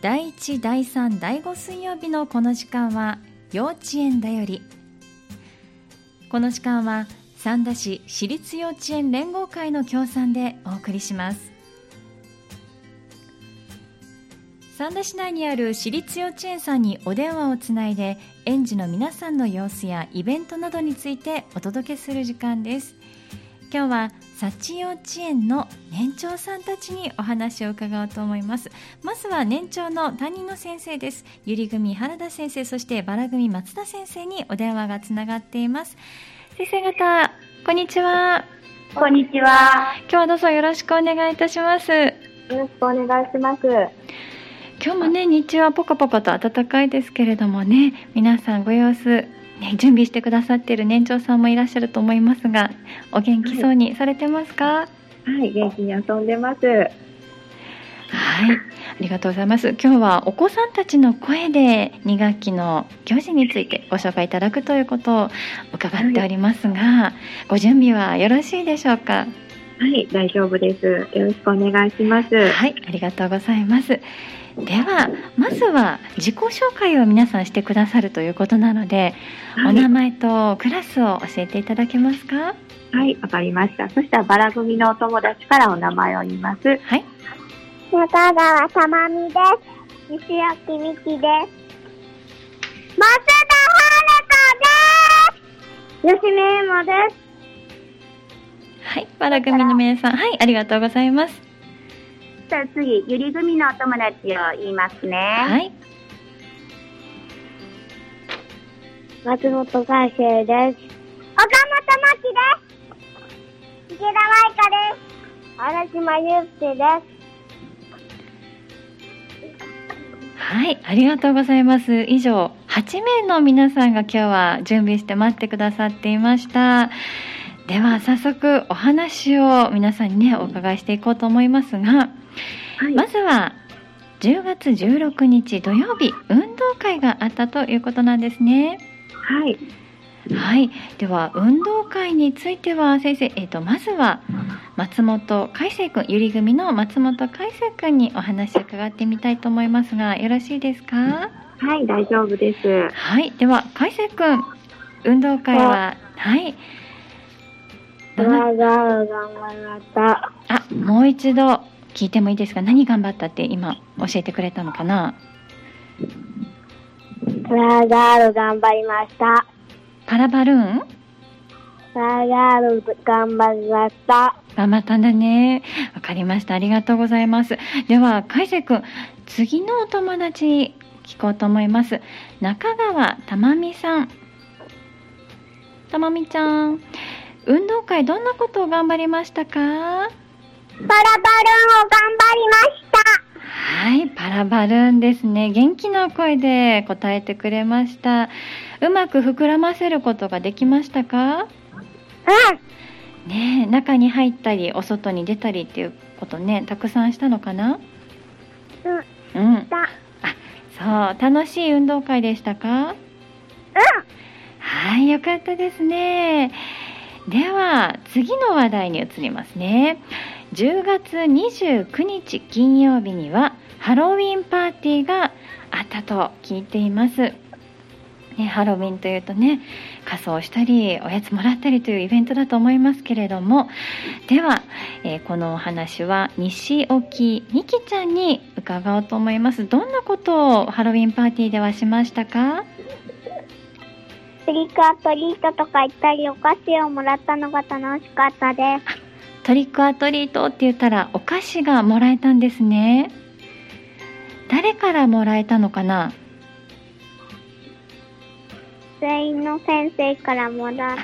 第1、第3、第5水曜日のこの時間は幼稚園だより。この時間は三田市私立幼稚園連合会の協賛でお送りします。三田市内にある私立幼稚園さんにお電話をつないで、園児の皆さんの様子やイベントなどについてお届けする時間です。今日は幸幼稚園の年長さんたちにお話を伺おうと思います。まずは年長の担任の先生です。ゆり組原田先生、そしてバラ組松田先生にお電話がつながっています。先生方、こんにちは。 こんにちは。 今日はどうぞよろしくお願いいたします。よろしくお願いします。 今日もね、日中はポカポカと暖かいですけれどもね、皆さんご様子、準備してくださっている年長さんもいらっしゃると思いますが、お元気そうにされてますか？ はい、元気に遊んでます。はい、 ありがとうございます。今日はお子さんたちの声で2学期の行事についてご紹介いただくということを伺っておりますが、ご準備はよろしいでしょうか？ はい、大丈夫です。よろしくお願いします。 はい、ありがとうございます。ではまずは自己紹介を皆さんしてくださるということなので、お名前とクラスを教えていただけますか？ はい、わかりました。そしたらバラ組のお友達からお名前を言います。 はい。 中川たまみです。西脇美希です。松田春香です。吉見恵馬です。 はい、バラ組の皆さん、はい、ありがとうございます。 じゃあ次、ゆり組のお友達を言いますね。 はい。 松本海生です。岡本真希です。池田舞香です。原島祐介です。 はい、ありがとうございます。以上8名の皆さんが今日は準備して待ってくださっていました。では早速お話を皆さんにねお伺いしていこうと思いますが、はい、まずは10月16日土曜日、運動会があったということなんですね。 はい、 はい、では運動会については先生、まずは松本海生君、ゆり組の松本海生君にお話を伺ってみたいと思いますが、よろしいですか？ はい、大丈夫です。 はい、では海生君、運動会は、はい、 頑張りました。 もう一度聞いてもいいですか？何頑張ったって今教えてくれたのかな？ パラガール頑張りました。 パラバルーン？ パラガール頑張りました。 頑張ったんだね。わかりました。ありがとうございます。では海生くん、次のお友達に聞こうと思います。中川たまみさん。たまみちゃん、運動会どんなことを頑張りましたか？ パラバルーンを頑張りました。 はい、パラバルーンですね。元気な声で答えてくれました。うまく膨らませることができましたか？ねえ、中に入ったりお外に出たりっていうことね、たくさんしたのかな？そう、楽しい運動会でしたか？はい、よかったですね。では次の話題に移りますね。10月29日金曜日にはハロウィンパーティーがあったと聞いています。ハロウィンというとね、仮装したりおやつもらったりというイベントだと思いますけれども、では、このお話は西沖美希ちゃんに伺おうと思います。どんなことをハロウィンパーティーではしましたか？ トリックアトリートとか行ったりお菓子をもらったのが楽しかったです。 トリックアトリートって言ったらお菓子がもらえたんですね。誰からもらえたのかな？ 全員の先生からもらった。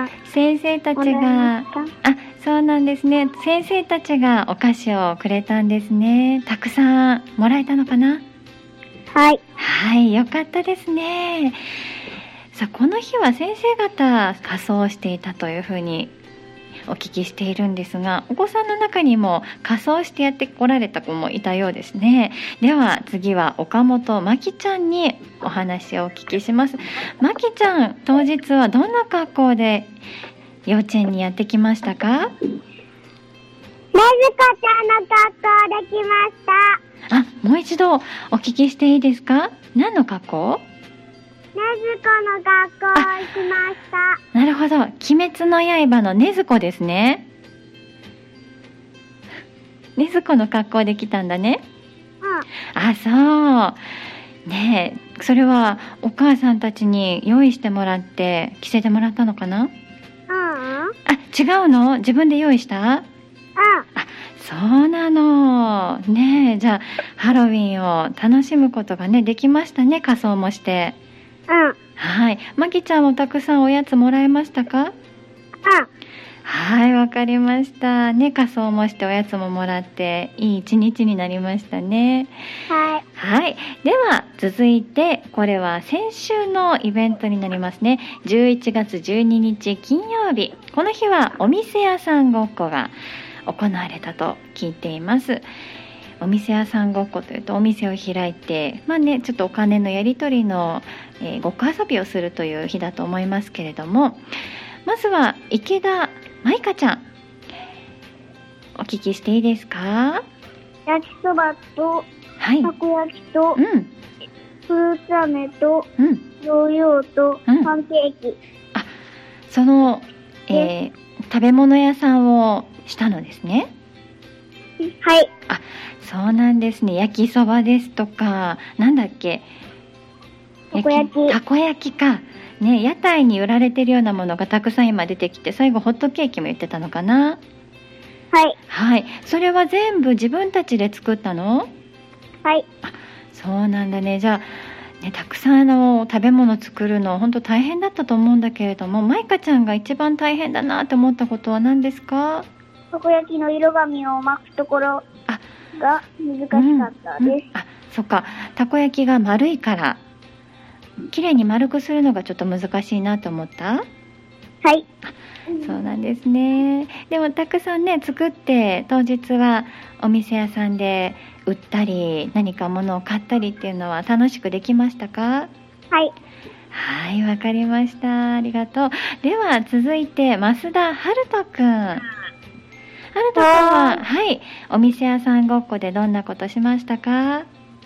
先生たちが、そうなんですね。先生たちがお菓子をくれたんですね。たくさんもらえたのかな？ はい。 はい、よかったですね。さあ、この日は先生方仮装していたというふうにお聞きしているんですが、お子さんの中にも仮装してやってこられた子もいたようですね。では次は岡本真希ちゃんにお話をお聞きします。真希ちゃん、当日はどんな格好で幼稚園にやってきましたか？ ねずこちゃんの格好できました。 もう一度お聞きしていいですか？何の格好？ ねずこの学校行きました。 なるほど。鬼滅の刃のねずこですね。ねずこの格好で来たんだね。そうねえ、それはお母さんたちに用意してもらって着せてもらったのかな？違うの？自分で用意した？そうなのね。えじゃあハロウィンを楽しむことがねできましたね。仮装もして。はい。まきちゃんもたくさんおやつもらえましたか？はい、わかりましたね。仮装もしておやつももらっていい一日になりましたね。はい。では続いて、これは先週のイベントになりますね。11月12日金曜日。この日はお店屋さんごっこが行われたと聞いています。お店屋さんごっこというと、お店を開いてちょっとお金のやり取りの、ごっこ遊びをするという日だと思いますけれども、まずは池田舞香ちゃん、お聞きしていいですか？ 焼きそばとたこ焼きと、フルーツ飴と、ヨーヨーと、パンケーキ。 その、食べ物屋さんをしたのですね。 はい。 そうなんですね。焼きそばですとか、なんだっけ、 たこ焼き。 たこ焼きか。ね、屋台に売られてるようなものがたくさん今出てきて、最後ホットケーキも言ってたのかな？はい。それは全部自分たちで作ったの？ はい。 そうなんだね。じゃあ、たくさん食べ物作るの本当大変だったと思うんだけれども、まいかちゃんが一番大変だなと思ったことは何ですか？ たこ焼きの色紙を巻くところが難しかったです。 そっか。たこ焼きが丸いからきれいに丸くするのがちょっと難しいなと思った？ はい。 そうなんですね。でもたくさんね作って、当日はお店屋さんで売ったり何か物を買ったりっていうのは楽しくできましたか？はい、わかりました。ありがとう。では続いて増田春人くん。春人くんはお店屋さんごっこでどんなことしましたか？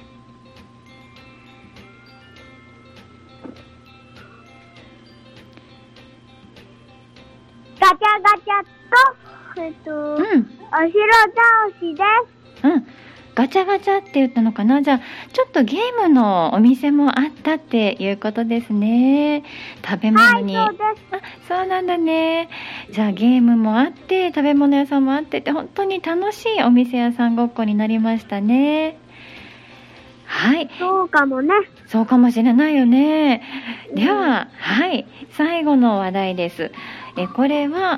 ガチャガチャと、お城倒しです。 ガチャガチャって言ったのかな？じゃあちょっとゲームのお店もあったっていうことですね。食べ物に。 そうです。 そうなんだね。じゃあゲームもあって食べ物屋さんもあってって本当に楽しいお店屋さんごっこになりましたね。はい。 そうかもね。 そうかもしれないよね。では、最後の話題です。これは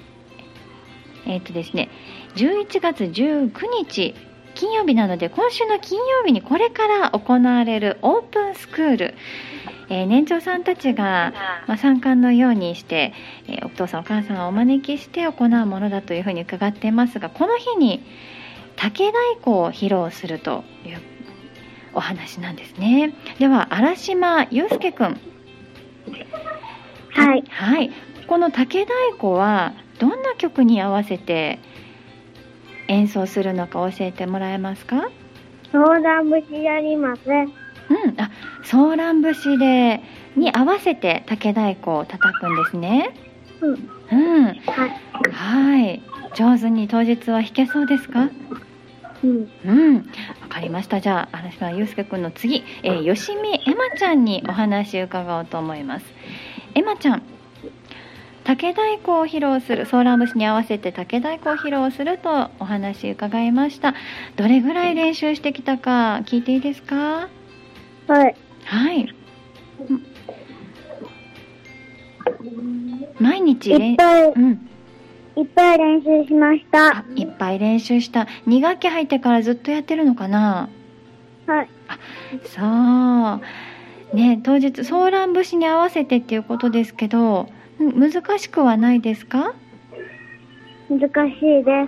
ですね、11月19日金曜日なので、今週の金曜日にこれから行われるオープンスクール、年長さんたちが、参観のようにして、お父さんお母さんをお招きして行うものだというふうに伺っていますが、この日に竹太鼓を披露するというお話なんですね。では荒島祐介くん。この竹太鼓はどんな曲に合わせて演奏するのか教えてもらえますか？ ソーラン節やります。 ソーラン節に合わせて竹太鼓を叩くんですね。上手に当日は弾けそうですか？わかりました。じゃあ荒島祐介くんの次、吉見エマちゃんにお話を伺おうと思います。エマちゃん、竹太鼓を披露する、ソーラン節に合わせて竹太鼓を披露するとお話伺いました。どれぐらい練習してきたか聞いていいですか？毎日いっぱい練習しました。 いっぱい練習した。2学期入ってからずっとやってるのかな？そうね。当日ソーラン節に合わせてっていうことですけど、難しくはないですか？ 難しいです。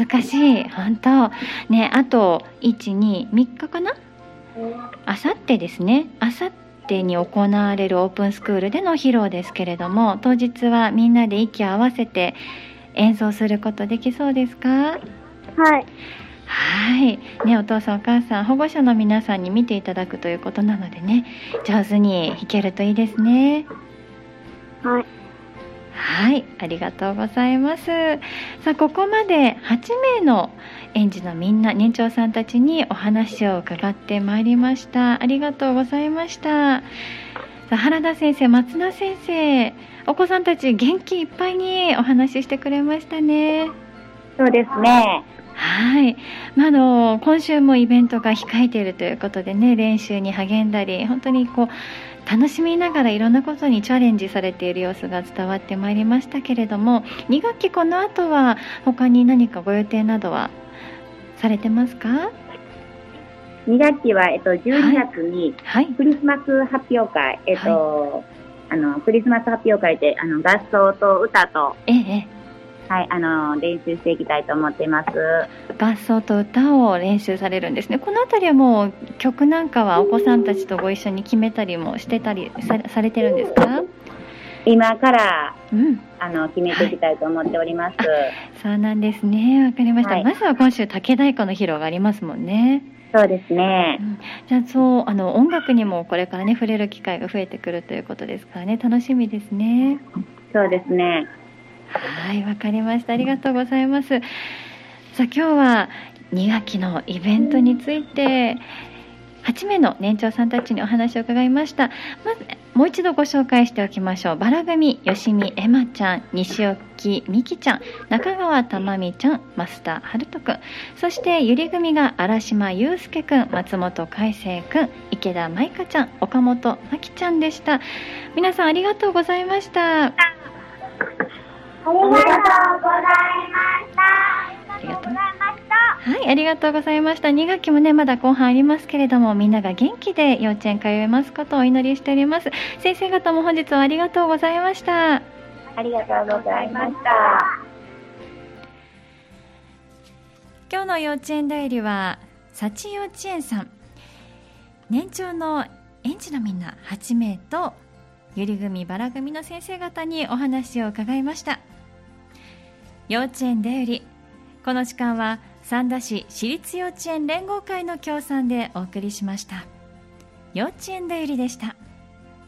難しい。本当ね。あと1、2、3日かな？あさってですね。あさってに行われるオープンスクールでの披露ですけれども、当日はみんなで息を合わせて演奏することできそうですか？ はいね、お父さんお母さん保護者の皆さんに見ていただくということなのでね、上手に弾けるといいですね。 はい、 はい、ありがとうございます。さあここまで8名の園児のみんな、年長さんたちにお話を伺ってまいりました。ありがとうございました。さあ原田先生、松田先生、お子さんたち元気いっぱいにお話ししてくれましたね。 そうですね。 はい、今週もイベントが控えているということでね、練習に励んだり、本当に楽しみながらいろんなことにチャレンジされている様子が伝わってまいりましたけれども、2学期この後は他に何かご予定などはされてますか ？2学期は、12月にクリスマス発表会、クリスマス発表会で合奏と歌と、はい、練習していきたいと思っています。 合奏と歌を練習されるんですね。このあたりはもう曲なんかはお子さんたちとご一緒に決めたりもしてたり されてるんですか？ 今から、決めていきたいと思っております。 そうなんですね。わかりました。 はい、 まずは今週竹太鼓の披露がありますもんね。 そうですね。 じゃあ音楽にもこれからね触れる機会が増えてくるということですからね、楽しみですね。 そうですね。 はい、わかりました。ありがとうございます。さあ今日は2学期のイベントについて8名の年長さんたちにお話を伺いました。まずもう一度ご紹介しておきましょう。バラ組、吉見エマちゃん、西沖美希ちゃん、中川珠美ちゃん、増田春人くん、そしてゆり組が荒島祐介くん、松本海生くん、池田舞香ちゃん、岡本真希ちゃんでした。皆さんありがとうございました。 ありがとうございました。 ありがとうございました。はい、ありがとうございました。2学期もねまだ後半ありますけれども、みんなが元気で幼稚園通えますことをお祈りしております。先生方も本日はありがとうございました。 ありがとうございました。 今日の幼稚園だよりは幸幼稚園さん、年長の園児のみんな8名とゆり組バラ組の先生方にお話を伺いました。幼稚園だより、この時間は三田市私立幼稚園連合会の協賛でお送りしました。幼稚園だよりでした。